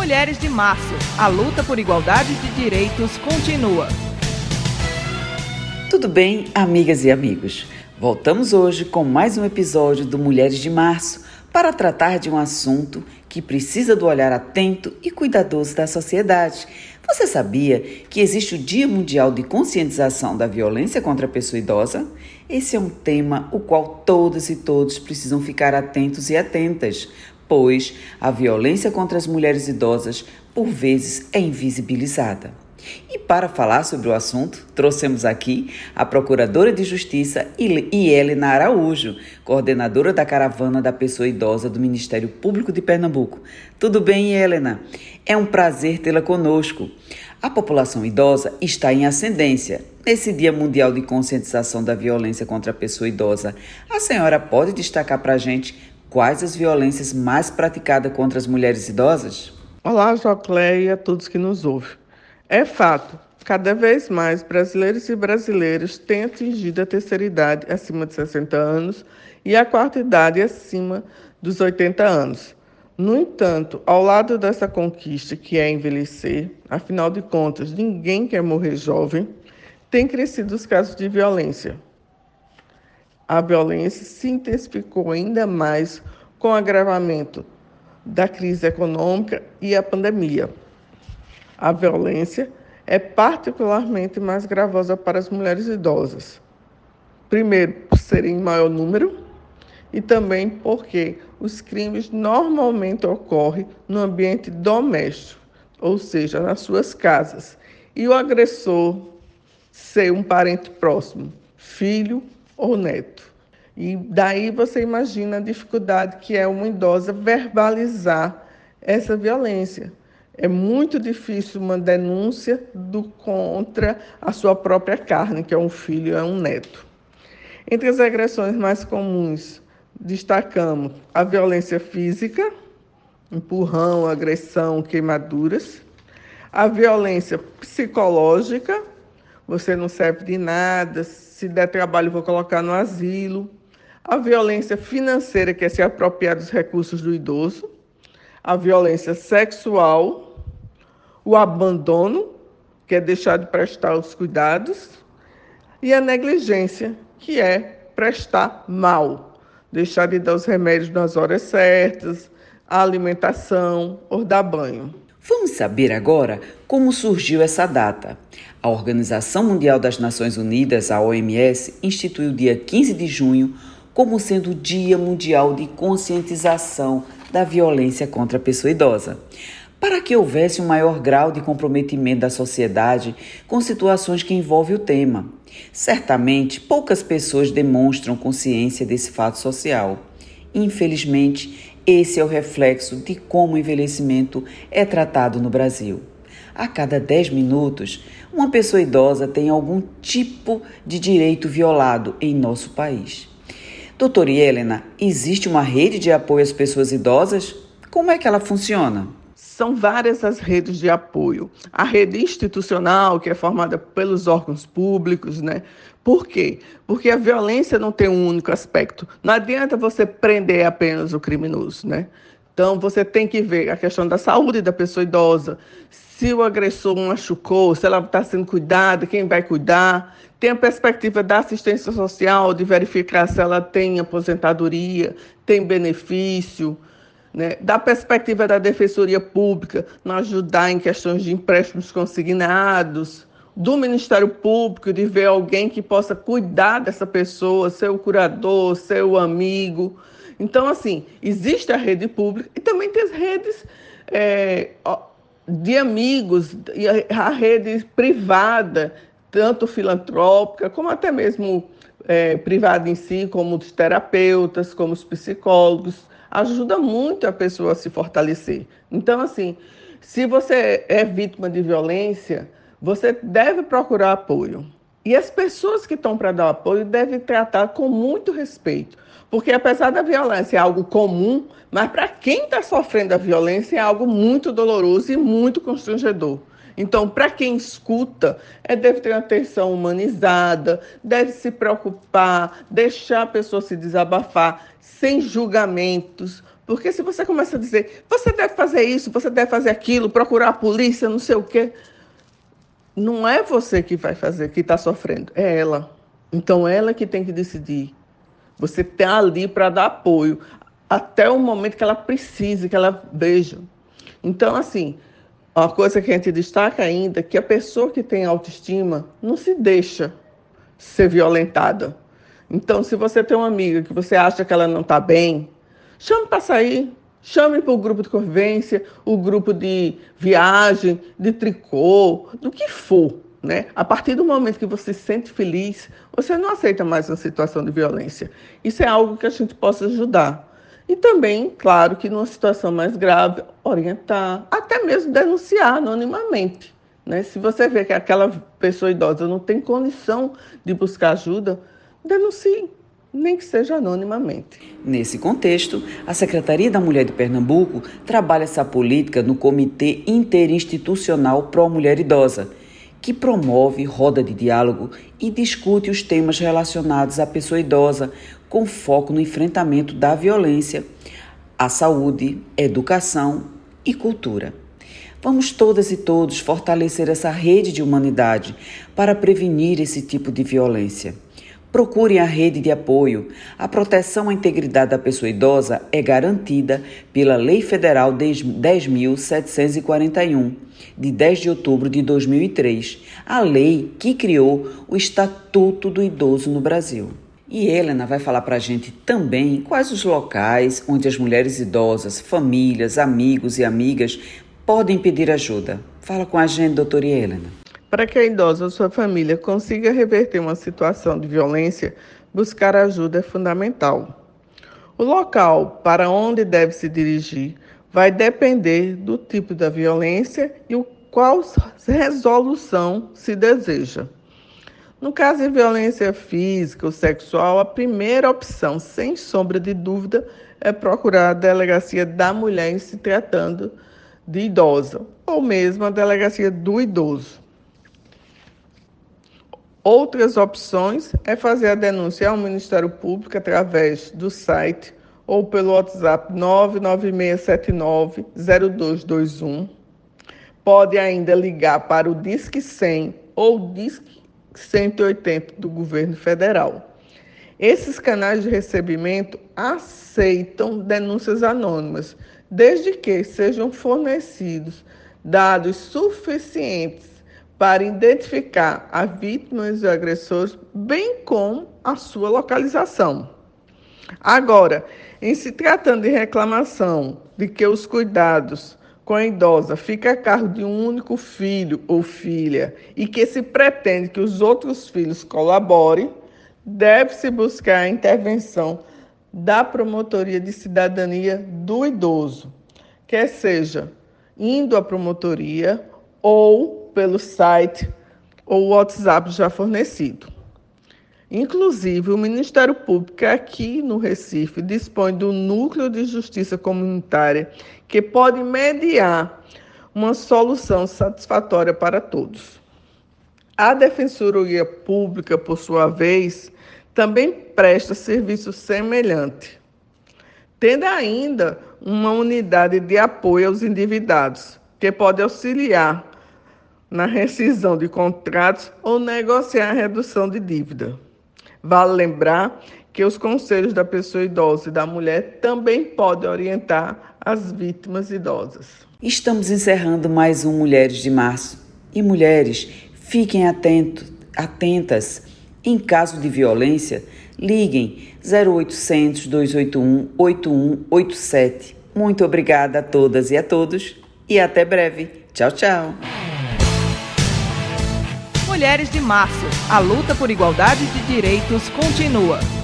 Mulheres de Março. A luta por igualdade de direitos continua. Tudo bem, amigas e amigos? Voltamos hoje com mais um episódio do Mulheres de Março para tratar de um assunto que precisa do olhar atento e cuidadoso da sociedade. Você sabia que existe o Dia Mundial de Conscientização da Violência contra a Pessoa Idosa? Esse é um tema o qual todas e todos precisam ficar atentos e atentas, pois a violência contra as mulheres idosas, por vezes, é invisibilizada. E para falar sobre o assunto, trouxemos aqui a Procuradora de Justiça Ielena Araújo, coordenadora da Caravana da Pessoa Idosa do Ministério Público de Pernambuco. Tudo bem, Ielena? É um prazer tê-la conosco. A população idosa está em ascendência. Nesse Dia Mundial de Conscientização da Violência contra a Pessoa Idosa, a senhora pode destacar para a gente quais as violências mais praticadas contra as mulheres idosas? Olá, Jocleia e a todos que nos ouvem. É fato, cada vez mais brasileiros e brasileiras têm atingido a terceira idade acima de 60 anos e a quarta idade acima dos 80 anos. No entanto, ao lado dessa conquista que é envelhecer, afinal de contas, ninguém quer morrer jovem, tem crescido os casos de violência. A violência se intensificou ainda mais com o agravamento da crise econômica e a pandemia. A violência é particularmente mais gravosa para as mulheres idosas. Primeiro, por serem em maior número e também porque os crimes normalmente ocorrem no ambiente doméstico, ou seja, nas suas casas, e o agressor ser um parente próximo, filho ou neto. E daí você imagina a dificuldade que é uma idosa verbalizar essa violência. É muito difícil uma denúncia contra a sua própria carne, que é um filho, é um neto. Entre as agressões mais comuns, destacamos a violência física, empurrão, agressão, queimaduras. A violência psicológica, você não serve de nada, se der trabalho vou colocar no asilo. A violência financeira, que é se apropriar dos recursos do idoso. A violência sexual, o abandono, que é deixar de prestar os cuidados, e a negligência, que é prestar mal, deixar de dar os remédios nas horas certas, a alimentação ou dar banho. Vamos saber agora como surgiu essa data. A Organização Mundial das Nações Unidas, a OMS, instituiu o dia 15 de junho como sendo o Dia Mundial de Conscientização da Violência contra a Pessoa Idosa, para que houvesse um maior grau de comprometimento da sociedade com situações que envolvem o tema. Certamente, poucas pessoas demonstram consciência desse fato social. Infelizmente, esse é o reflexo de como o envelhecimento é tratado no Brasil. A cada 10 minutos, uma pessoa idosa tem algum tipo de direito violado em nosso país. Doutora Ielena, existe uma rede de apoio às pessoas idosas? Como é que ela funciona? São várias as redes de apoio. A rede institucional, que é formada pelos órgãos públicos, né? Por quê? Porque a violência não tem um único aspecto. Não adianta você prender apenas o criminoso, né? Então, você tem que ver a questão da saúde da pessoa idosa, se o agressor machucou, se ela está sendo cuidada, quem vai cuidar. Tem a perspectiva da assistência social, de verificar se ela tem aposentadoria, tem benefício, né? Da perspectiva da Defensoria Pública, nos ajudar em questões de empréstimos consignados, do Ministério Público, de ver alguém que possa cuidar dessa pessoa, ser o curador, ser o amigo. Então, assim, existe a rede pública e também tem as redes de amigos, e a rede privada, tanto filantrópica, como até mesmo privada em si, como os terapeutas, como os psicólogos, ajuda muito a pessoa a se fortalecer. Então, assim, se você é vítima de violência, você deve procurar apoio. E as pessoas que estão para dar apoio devem tratar com muito respeito. Porque apesar da violência é algo comum, mas para quem está sofrendo a violência é algo muito doloroso e muito constrangedor. Então, para quem escuta, deve ter uma atenção humanizada, deve se preocupar, deixar a pessoa se desabafar, sem julgamentos, Porque se você começa a dizer, você deve fazer isso, você deve fazer aquilo, procurar a polícia, não sei o quê, não é você que vai fazer, que está sofrendo, é ela. Então, ela que tem que decidir. Você está ali para dar apoio, até o momento que ela precise, que ela veja. Então, assim, uma coisa que a gente destaca ainda é que a pessoa que tem autoestima não se deixa ser violentada. Então, se você tem uma amiga que você acha que ela não está bem, chame para sair, chame para o grupo de convivência, o grupo de viagem, de tricô, do que for, né? A partir do momento que você se sente feliz, você não aceita mais uma situação de violência. Isso é algo que a gente possa ajudar. E também, claro, que numa situação mais grave, orientar, até mesmo denunciar anonimamente, né? Se você vê que aquela pessoa idosa não tem condição de buscar ajuda, denuncie, nem que seja anonimamente. Nesse contexto, a Secretaria da Mulher de Pernambuco trabalha essa política no Comitê Interinstitucional Pró-Mulher Idosa, que promove roda de diálogo e discute os temas relacionados à pessoa idosa, com foco no enfrentamento da violência, à saúde, educação e cultura. Vamos todas e todos fortalecer essa rede de humanidade para prevenir esse tipo de violência. Procurem a rede de apoio. A proteção à integridade da pessoa idosa é garantida pela Lei Federal 10.741, de 10 de outubro de 2003, a lei que criou o Estatuto do Idoso no Brasil. E Helena vai falar para a gente também quais os locais onde as mulheres idosas, famílias, amigos e amigas podem pedir ajuda. Fala com a gente, doutora Helena. Para que a idosa ou sua família consiga reverter uma situação de violência, buscar ajuda é fundamental. O local para onde deve se dirigir vai depender do tipo da violência e qual resolução se deseja. No caso de violência física ou sexual, a primeira opção, sem sombra de dúvida, é procurar a delegacia da mulher em se tratando de idosa, ou mesmo a delegacia do idoso. Outras opções é fazer a denúncia ao Ministério Público através do site ou pelo WhatsApp 996790221. Pode ainda ligar para o Disque 100 ou Disque 180 do governo federal. Esses canais de recebimento aceitam denúncias anônimas, desde que sejam fornecidos dados suficientes para identificar a vítima e os agressores, bem como a sua localização. Agora, em se tratando de reclamação de que os cuidados com a idosa fica a cargo de um único filho ou filha e que se pretende que os outros filhos colaborem, deve-se buscar a intervenção da Promotoria de Cidadania do Idoso, quer seja indo à promotoria ou pelo site ou WhatsApp já fornecido. Inclusive, o Ministério Público aqui no Recife dispõe do Núcleo de Justiça Comunitária que pode mediar uma solução satisfatória para todos. A Defensoria Pública, por sua vez, também presta serviço semelhante, tendo ainda uma unidade de apoio aos endividados, que pode auxiliar na rescisão de contratos ou negociar a redução de dívida. Vale lembrar que os conselhos da pessoa idosa e da mulher também podem orientar as vítimas idosas. Estamos encerrando mais um Mulheres de Março. E mulheres, fiquem atentas. Em caso de violência, liguem 0800 281 8187. Muito obrigada a todas e a todos e até breve. Tchau, tchau. Mulheres de Março. A luta por igualdade de direitos continua.